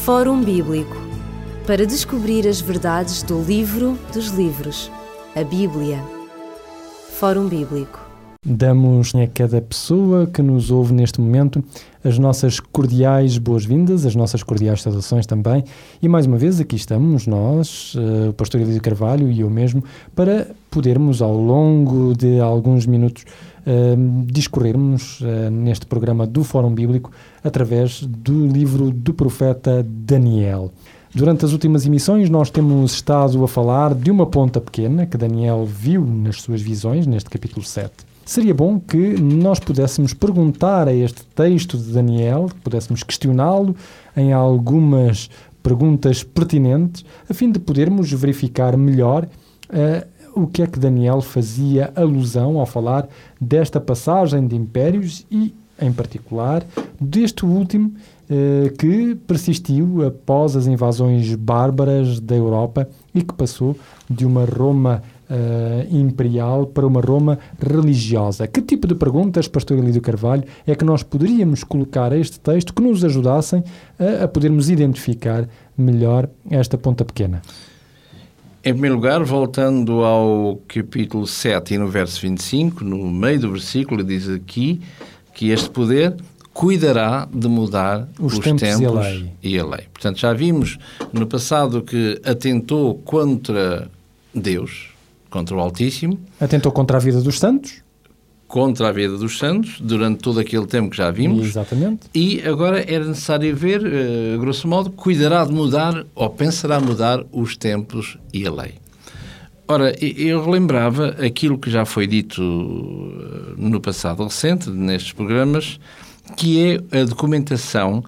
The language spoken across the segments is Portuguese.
Fórum Bíblico, para descobrir as verdades do livro dos livros, a Bíblia. Fórum Bíblico. Damos a cada pessoa que nos ouve neste momento as nossas cordiais boas-vindas, as nossas cordiais saudações também. E mais uma vez aqui estamos nós, o pastor Elísio Carvalho e eu mesmo, para podermos ao longo de alguns minutos discorrermos neste programa do Fórum Bíblico através do livro do profeta Daniel. Durante as últimas emissões nós temos estado a falar de uma ponta pequena que Daniel viu nas suas visões, neste capítulo 7. Seria bom que nós pudéssemos perguntar a este texto de Daniel, que pudéssemos questioná-lo em algumas perguntas pertinentes, a fim de podermos verificar melhor o que é que Daniel fazia alusão ao falar desta passagem de impérios e, em particular, deste último que persistiu após as invasões bárbaras da Europa e que passou de uma Roma imperial para uma Roma religiosa. Que tipo de perguntas, pastor Elísio Carvalho, é que nós poderíamos colocar a este texto que nos ajudassem a podermos identificar melhor esta ponta pequena? Em primeiro lugar, voltando ao capítulo 7 e no verso 25, no meio do versículo, diz aqui que este poder cuidará de mudar os tempos e a lei. Portanto, já vimos no passado que atentou contra Deus, contra o Altíssimo. Atentou contra a vida dos santos. Contra a vida dos santos, durante todo aquele tempo que já vimos. Exatamente. E agora era necessário ver, grosso modo, cuidará de mudar, ou pensará mudar, os tempos e a lei. Ora, eu relembrava aquilo que já foi dito no passado recente, nestes programas, que é a documentação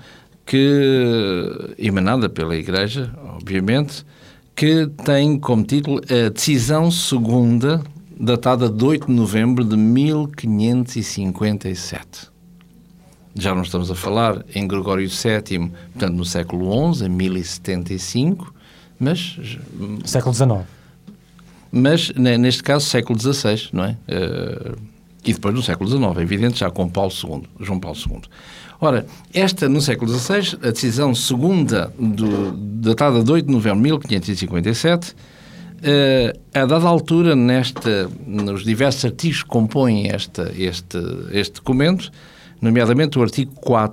que, emanada pela Igreja, obviamente, que tem como título a Decisão Segunda, datada de 8 de novembro de 1557. Já não estamos a falar em Gregório VII, portanto, no século XI, em 1075, mas... Século XIX. Mas, neste caso, século XVI, não é? E depois no século XIX, é evidente, já com João Paulo II. Ora, esta, no século XVI, a decisão segunda, datada de 8 de novembro de 1557, a dada altura, nos diversos artigos que compõem este documento, nomeadamente o artigo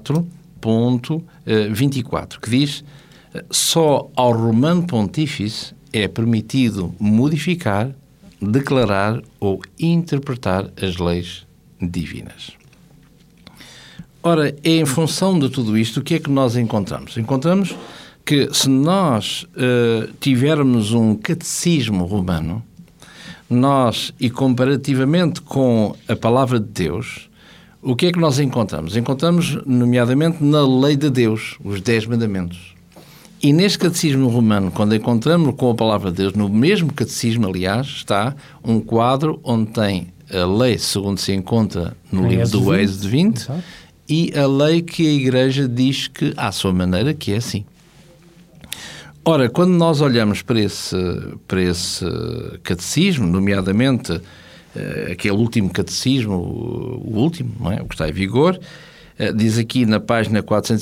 4.24, que diz: só ao Romano Pontífice é permitido modificar, declarar ou interpretar as leis divinas. Ora, em função de tudo isto, o que é que nós encontramos? Encontramos que se nós tivermos um catecismo romano, e comparativamente com a palavra de Deus, o que é que nós encontramos? Encontramos, nomeadamente, na lei de Deus, os 10 mandamentos. E neste catecismo romano, quando encontramos com a palavra de Deus, no mesmo catecismo, aliás, está um quadro onde tem a lei segundo se encontra no livro do Êxodo 20, exato, e a lei que a Igreja diz que, à sua maneira, que é assim. Ora, quando nós olhamos para esse catecismo, nomeadamente aquele último catecismo, o último, não é? O que está em vigor, diz aqui na página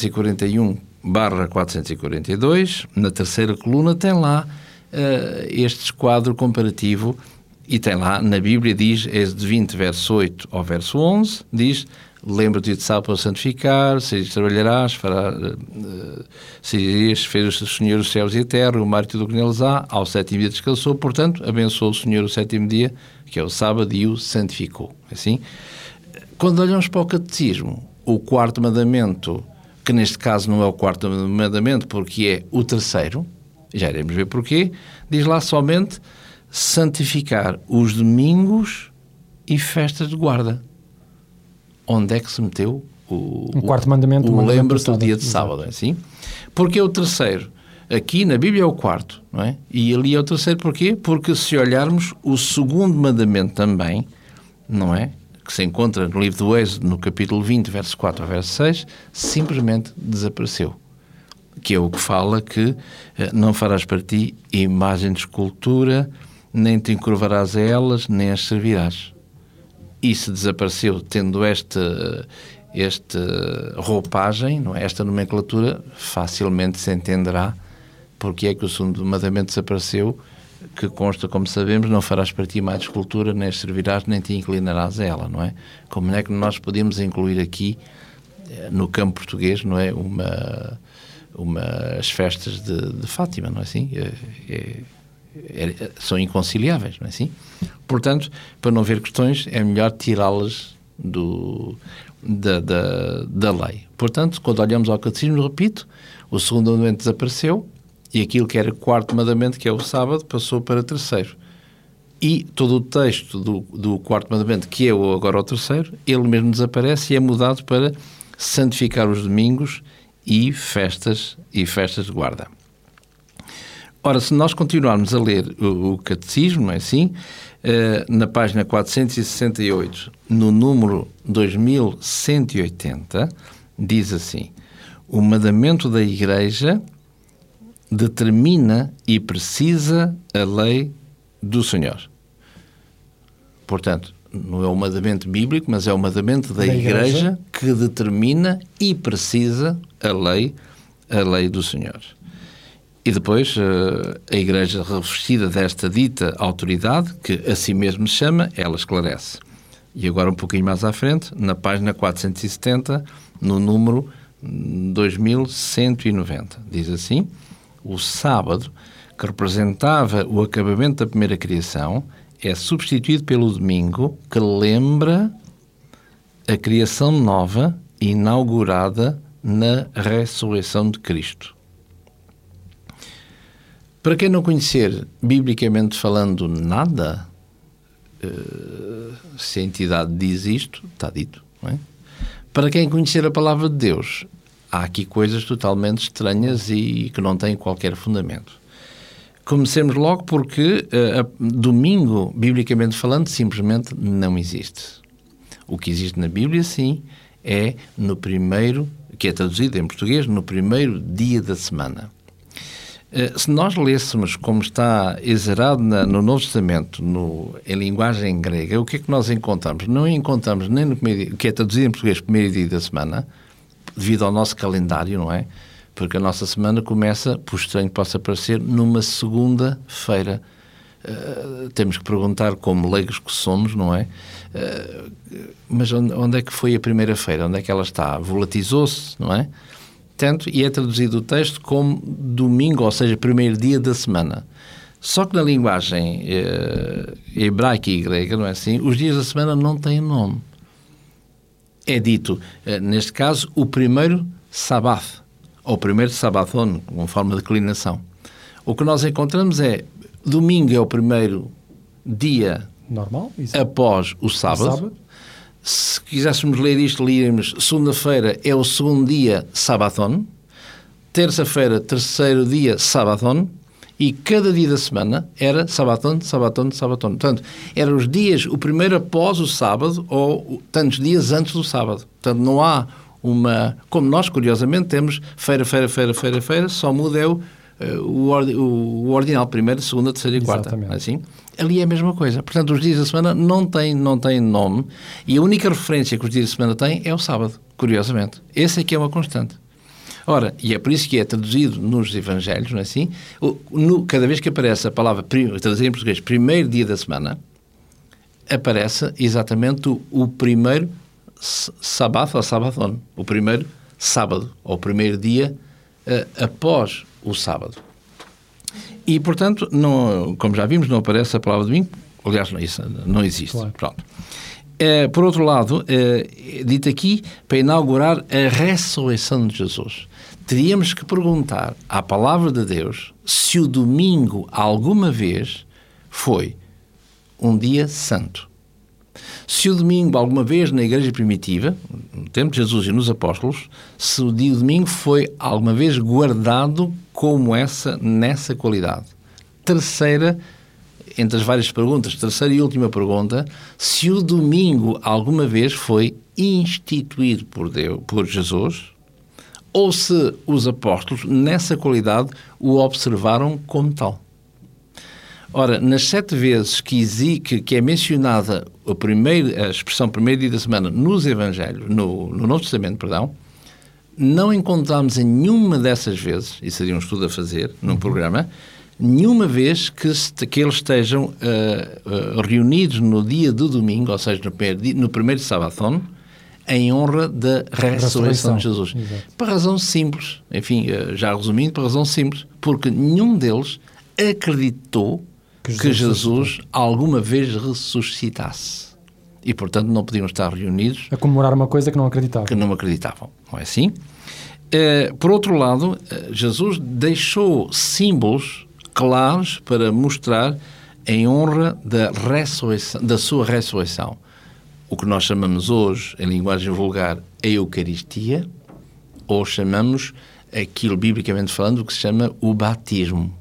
441/442, na terceira coluna, tem lá este quadro comparativo, e tem lá, na Bíblia, diz, Êxodo 20, verso 8 ao verso 11, diz: lembra-te de sábado para santificar, 6 dias trabalharás, 6 dias fez o Senhor os céus e a terra, o mar e tudo o que neles há, ao 7º dia descansou, portanto, abençoou o Senhor o 7º dia, que é o sábado, e o santificou. Assim, quando olhamos para o catecismo, o 4º mandamento, que neste caso não é o 4º mandamento, porque é o 3º, já iremos ver porquê, diz lá somente santificar os domingos e festas de guarda. Onde é que se meteu o 4º mandamento? O lembra-te do dia de sábado, é assim? Porque é o 3º. Aqui na Bíblia é o 4º, não é? E ali é o 3º porquê? Porque se olharmos o 2º mandamento também, não é? Que se encontra no livro do Êxodo, no capítulo 20, verso 4 ao verso 6, simplesmente desapareceu. Que é o que fala que não farás para ti imagem de escultura, nem te encurvarás a elas, nem as servirás. E se desapareceu, tendo este esta roupagem, não é? Esta nomenclatura, facilmente se entenderá porque é que o segundo mandamento desapareceu, que consta, como sabemos, não farás para ti mais escultura, nem servirás, nem te inclinarás a ela, não é? Como é que nós podemos incluir aqui, no campo português, não é? As festas de Fátima, não é assim? São inconciliáveis, não é assim? Portanto, para não haver questões, é melhor tirá-las da lei. Portanto, quando olhamos ao catecismo, repito, o segundo mandamento desapareceu e aquilo que era o quarto mandamento, que é o sábado, passou para terceiro. E todo o texto do quarto mandamento, que é agora o terceiro, ele mesmo desaparece e é mudado para santificar os domingos e festas de guarda. Ora, se nós continuarmos a ler o catecismo, não é assim? Na página 468, no número 2180, diz assim: o mandamento da Igreja determina e precisa a lei do Senhor. Portanto, não é um mandamento bíblico, mas é o mandamento da Igreja que determina e precisa a lei do Senhor. E depois a Igreja, revestida desta dita autoridade, que a si mesmo se chama, ela esclarece. E agora um pouquinho mais à frente, na página 470, no número 2190, diz assim: o sábado, que representava o acabamento da primeira criação, é substituído pelo domingo, que lembra a criação nova inaugurada na ressurreição de Cristo. Para quem não conhecer, biblicamente falando, nada, se a entidade diz isto, está dito, não é? Para quem conhecer a palavra de Deus, há aqui coisas totalmente estranhas e que não têm qualquer fundamento. Comecemos logo porque domingo, biblicamente falando, simplesmente não existe. O que existe na Bíblia, sim, é no primeiro, que é traduzido em português, no primeiro dia da semana. Se nós lêssemos como está exerado no Novo Testamento, em linguagem grega, o que é que nós encontramos? Não encontramos nem no primeiro dia, que é traduzido em português, primeiro dia da semana, devido ao nosso calendário, não é? Porque a nossa semana começa, por estranho que possa parecer, numa segunda-feira. Temos que perguntar, como leigos que somos, não é? Mas onde é que foi a primeira-feira? Onde é que ela está? Volatizou-se, não é? Tanto, e é traduzido o texto como domingo, ou seja, primeiro dia da semana. Só que na linguagem hebraica e grega, não é assim? Os dias da semana não têm nome. É dito, neste caso, o primeiro sabath, ou primeiro sabathon, com forma de declinação. O que nós encontramos é, domingo é o primeiro dia normal, após o sábado. Se quiséssemos ler isto, líamos segunda-feira é o segundo dia sabathon, terça-feira, terceiro dia sabathon, e cada dia da semana era sabathon. Portanto, eram os dias, o primeiro após o sábado ou tantos dias antes do sábado. Portanto, não há como nós, curiosamente, temos feira, só muda o ordinal, primeira, segunda, terceira e quarta. Exatamente. Assim? Ali é a mesma coisa. Portanto, os dias da semana não têm nome e a única referência que os dias da semana têm é o sábado, curiosamente. Esse é que é uma constante. Ora, e é por isso que é traduzido nos Evangelhos, não é assim? Cada vez que aparece a palavra, traduzida em português, primeiro dia da semana, aparece exatamente o primeiro sabath ou sabathon, o primeiro sábado, ou o primeiro dia após o sábado. E, portanto, como já vimos, não aparece a palavra domingo. Aliás, isso não existe. Claro. Pronto. Por outro lado, dito aqui, para inaugurar a ressurreição de Jesus, teríamos que perguntar à palavra de Deus se o domingo alguma vez foi um dia santo. Se o domingo alguma vez na Igreja Primitiva, no tempo de Jesus e nos Apóstolos, se o dia domingo foi alguma vez guardado como nessa qualidade. Terceira, entre as várias perguntas, terceira e última pergunta, se o domingo alguma vez foi instituído por Jesus, ou se os apóstolos, nessa qualidade, o observaram como tal. Ora, nas 7 vezes que é mencionada a expressão primeiro dia da semana nos Evangelhos, no Novo Testamento, perdão, não encontramos em nenhuma dessas vezes, e seria um estudo a fazer num programa, nenhuma vez que eles estejam reunidos no dia do domingo, ou seja, no primeiro Sabaton, em honra da ressurreição de Jesus. Exato. Por razão simples, enfim, já resumindo, por razão simples, porque nenhum deles acreditou que Jesus alguma vez ressuscitasse. E, portanto, não podiam estar reunidos a comemorar uma coisa que não acreditavam. Não é assim? Por outro lado, Jesus deixou símbolos claros para mostrar em honra da sua ressurreição. O que nós chamamos hoje, em linguagem vulgar, a Eucaristia, ou chamamos aquilo, biblicamente falando, o que se chama o batismo,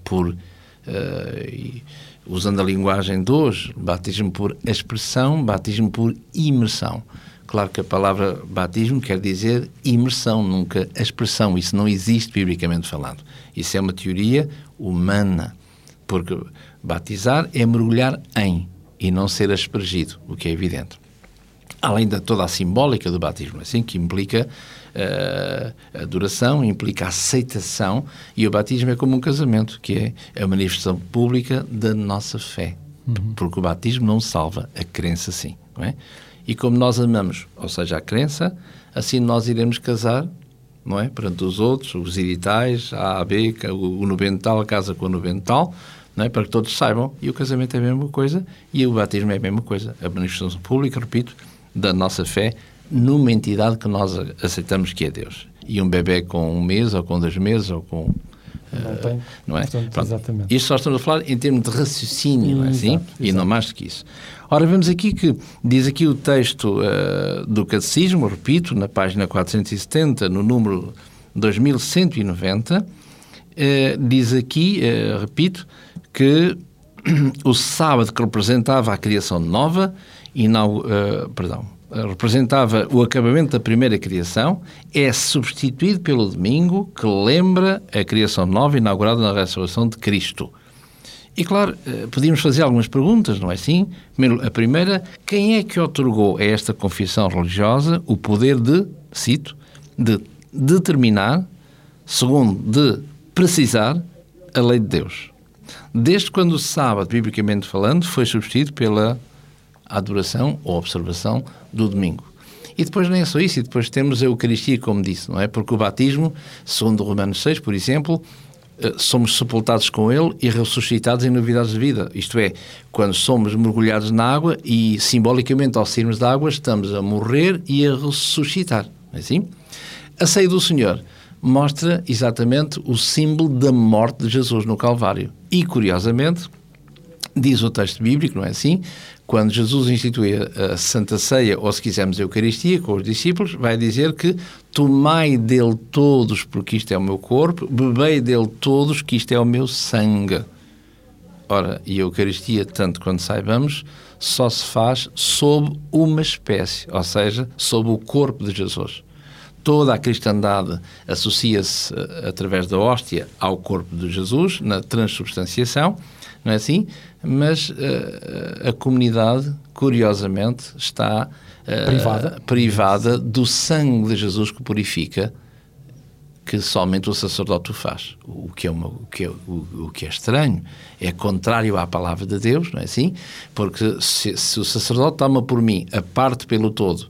usando a linguagem de hoje, batismo por expressão, batismo por imersão. Claro que a palavra batismo quer dizer imersão, nunca expressão. Isso não existe biblicamente falando. Isso é uma teoria humana, porque batizar é mergulhar em e não ser aspergido, o que é evidente. Além de toda a simbólica do batismo, assim, que implica adoração, implica aceitação, e o batismo é como um casamento, que é a manifestação pública da nossa fé. Porque o batismo não salva, a crença sim, não é? E como nós amamos, ou seja, a crença, assim nós iremos casar, não é? Perante os outros, os editais, A, A, B, o novental casa com o novental, não é? Para que todos saibam, e o casamento é a mesma coisa, e o batismo é a mesma coisa. A manifestação pública, repito, da nossa fé numa entidade que nós aceitamos que é Deus. E um bebê com 1 mês, ou com 2 meses, ou com... não é? Portanto, exatamente. Isto só estamos a falar em termos de raciocínio, não é assim? Exato. E não mais do que isso. Ora, vemos aqui que, diz aqui o texto do Catecismo, repito, na página 470, no número 2190, diz aqui, repito, que o sábado que representava a criação nova, representava o acabamento da primeira criação, é substituído pelo domingo, que lembra a criação nova inaugurada na ressurreição de Cristo. E claro, podíamos fazer algumas perguntas, não é assim? Primeiro, a primeira, quem é que otorgou a esta confissão religiosa o poder de, cito, de determinar, segundo, de precisar a lei de Deus? Desde quando o sábado, biblicamente falando, foi substituído pela adoração ou observação do domingo. E depois nem é só isso, e depois temos a Eucaristia, como disse, não é? Porque o batismo, segundo Romanos 6, por exemplo, somos sepultados com ele e ressuscitados em novidades de vida. Isto é, quando somos mergulhados na água e, simbolicamente, ao sairmos da água, estamos a morrer e a ressuscitar. Não é assim? A ceia do Senhor mostra exatamente o símbolo da morte de Jesus no Calvário. E, curiosamente, diz o texto bíblico, não é assim? Quando Jesus institui a Santa Ceia, ou se quisermos a Eucaristia, com os discípulos, vai dizer que tomai dele todos, porque isto é o meu corpo, bebei dele todos, que isto é o meu sangue. Ora, e a Eucaristia, tanto quanto saibamos, só se faz sob uma espécie, ou seja, sob o corpo de Jesus. Toda a cristandade associa-se, através da hóstia, ao corpo de Jesus, na transubstanciação, não é assim? Mas a comunidade, curiosamente, está privada do sangue de Jesus que purifica, que somente o sacerdote o faz. O que é estranho, é contrário à palavra de Deus, não é assim? Porque se o sacerdote toma por mim a parte pelo todo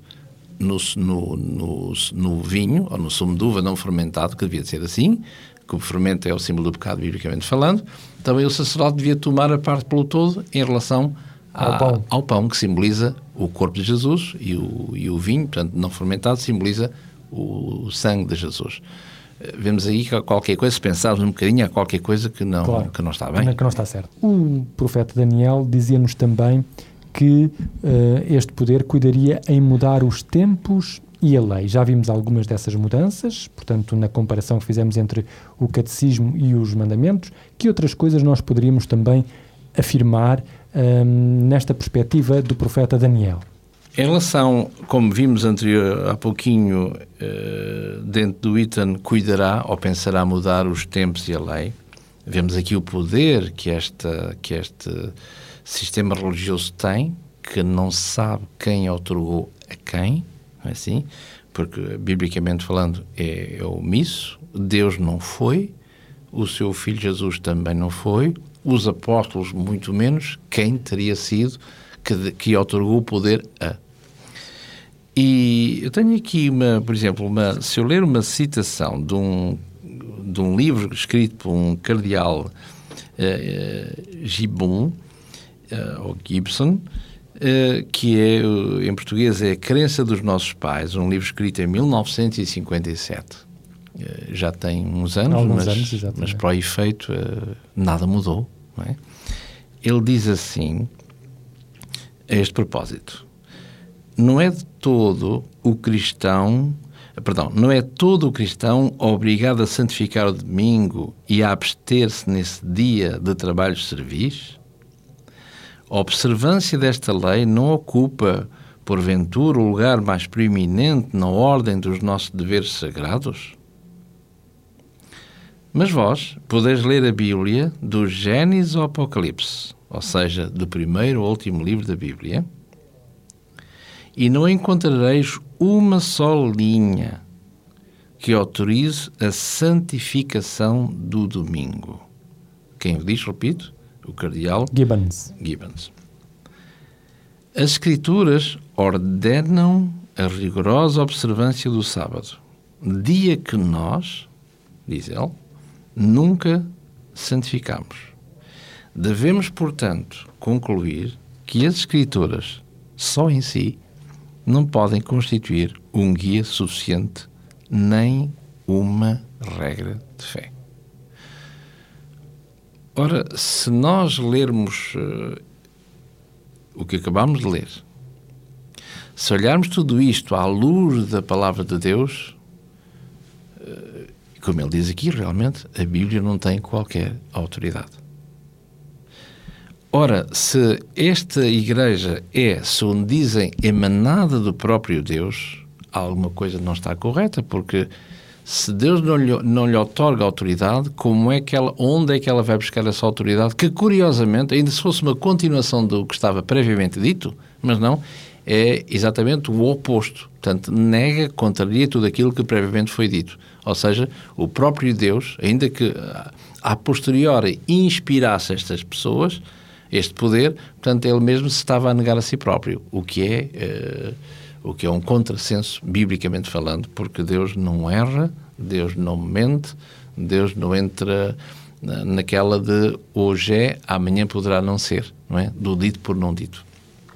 no vinho, ou no sumo de uva não fermentado, que devia ser assim, que o fermento é o símbolo do pecado, biblicamente falando, também o sacerdote devia tomar a parte pelo todo em relação ao pão, que simboliza o corpo de Jesus, e o vinho, portanto, não fermentado, simboliza o sangue de Jesus. Vemos aí que há qualquer coisa, se pensarmos um bocadinho, há qualquer coisa que não está bem. Que não está certo. O profeta Daniel dizia-nos também que este poder cuidaria em mudar os tempos e a lei. Já vimos algumas dessas mudanças, portanto, na comparação que fizemos entre o catecismo e os mandamentos. Que outras coisas nós poderíamos também afirmar nesta perspectiva do profeta Daniel? Em relação, como vimos há pouquinho, dentro do item cuidará ou pensará mudar os tempos e a lei, Vemos aqui o poder que este sistema religioso tem, que não sabe quem outorgou a quem, não é assim? Porque, biblicamente falando, é omisso. Deus não foi, o seu Filho Jesus também não foi, os apóstolos muito menos. Quem teria sido que outorgou o poder a? E eu tenho aqui, por exemplo, se eu ler uma citação de um livro escrito por um cardeal Gibbon, ou Gibson, que em português é A Crença dos Nossos Pais, um livro escrito em 1957. Já tem uns anos, mas para o efeito nada mudou, não é? Ele diz assim, a este propósito: não é todo o cristão obrigado a santificar o domingo e a abster-se nesse dia de trabalhos servis? A observância desta lei não ocupa, porventura, o lugar mais preeminente na ordem dos nossos deveres sagrados? Mas vós podeis ler a Bíblia do Gênesis ao Apocalipse, ou seja, do primeiro ao último livro da Bíblia, e não encontrareis uma só linha que autorize a santificação do domingo. Quem o diz, repito? O cardeal Gibbons. As Escrituras ordenam a rigorosa observância do sábado, dia que nós, diz ele, nunca santificamos. Devemos, portanto, concluir que as Escrituras, só em si, não podem constituir um guia suficiente nem uma regra de fé. Ora, se nós lermos o que acabamos de ler, se olharmos tudo isto à luz da Palavra de Deus, como ele diz aqui, realmente, a Bíblia não tem qualquer autoridade. Ora, se esta Igreja é, segundo dizem, emanada do próprio Deus, alguma coisa não está correta, porque se Deus não lhe outorga autoridade, onde é que ela vai buscar essa autoridade? Que, curiosamente, ainda se fosse uma continuação do que estava previamente dito, mas não, é exatamente o oposto. Portanto, contraria tudo aquilo que previamente foi dito. Ou seja, o próprio Deus, ainda que a posteriori inspirasse estas pessoas, este poder, portanto, ele mesmo se estava a negar a si próprio, o que é um contrassenso, biblicamente falando, porque Deus não erra, Deus não mente, Deus não entra naquela de hoje é, amanhã poderá não ser, não é? Do dito por não dito.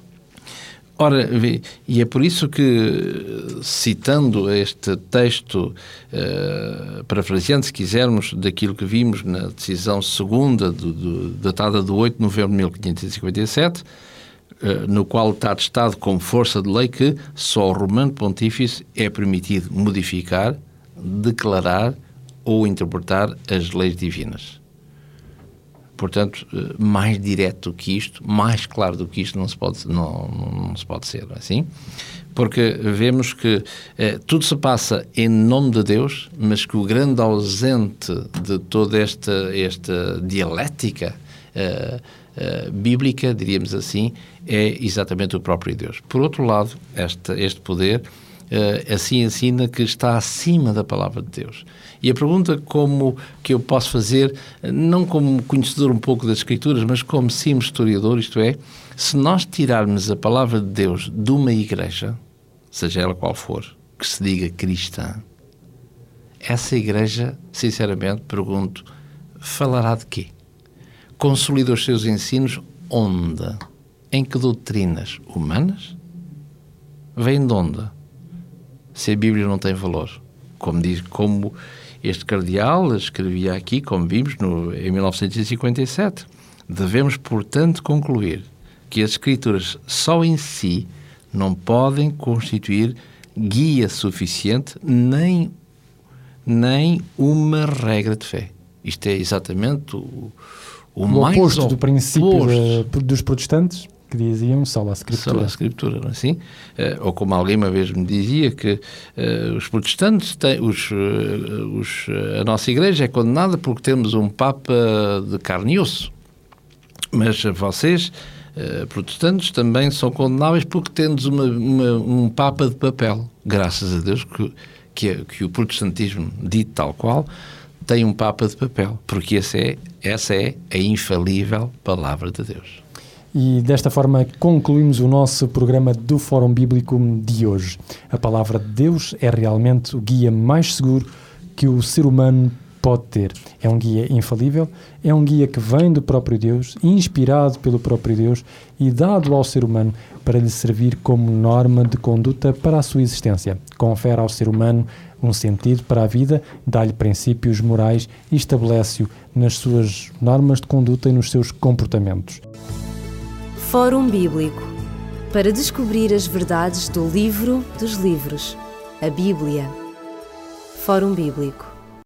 Ora, e é por isso que, citando este texto, parafraseando, se quisermos, daquilo que vimos na decisão segunda, datada de 8 de novembro de 1557, no qual está atestado como força de lei que só ao Romano Pontífice é permitido modificar, declarar ou interpretar as leis divinas. Portanto, mais direto do que isto, mais claro do que isto não se pode ser, não é assim? Porque vemos que tudo se passa em nome de Deus, mas que o grande ausente de toda esta dialética bíblica, diríamos assim, é exatamente o próprio Deus. Por outro lado, este poder assim ensina que está acima da palavra de Deus. E a pergunta que eu posso fazer, não como conhecedor um pouco das Escrituras, mas como sim historiador, isto é, se nós tirarmos a palavra de Deus de uma igreja, seja ela qual for, que se diga cristã, essa igreja, sinceramente, pergunto, falará de quê? Consolida os seus ensinos onde? Em que doutrinas humanas? Vem de onde? Se a Bíblia não tem valor. Como este cardeal escrevia aqui, como vimos em 1957, devemos, portanto, concluir que as Escrituras só em si não podem constituir guia suficiente nem uma regra de fé. Isto é exatamente o mais oposto do princípio dos protestantes. que diziam sola Escritura. Sola Escritura, não é assim? Ou como alguém uma vez me dizia, que os protestantes têm, a nossa igreja é condenada porque temos um Papa de carne e osso. Mas vocês, protestantes, também são condenáveis porque temos um Papa de papel. Graças a Deus que o protestantismo, dito tal qual, tem um Papa de papel, porque essa é a infalível Palavra de Deus. E desta forma concluímos o nosso programa do Fórum Bíblico de hoje. A Palavra de Deus é realmente o guia mais seguro que o ser humano pode ter. É um guia infalível, é um guia que vem do próprio Deus, inspirado pelo próprio Deus e dado ao ser humano para lhe servir como norma de conduta para a sua existência. Confere ao ser humano um sentido para a vida, dá-lhe princípios morais e estabelece-o nas suas normas de conduta e nos seus comportamentos. Fórum Bíblico, para descobrir as verdades do livro dos livros, a Bíblia. Fórum Bíblico.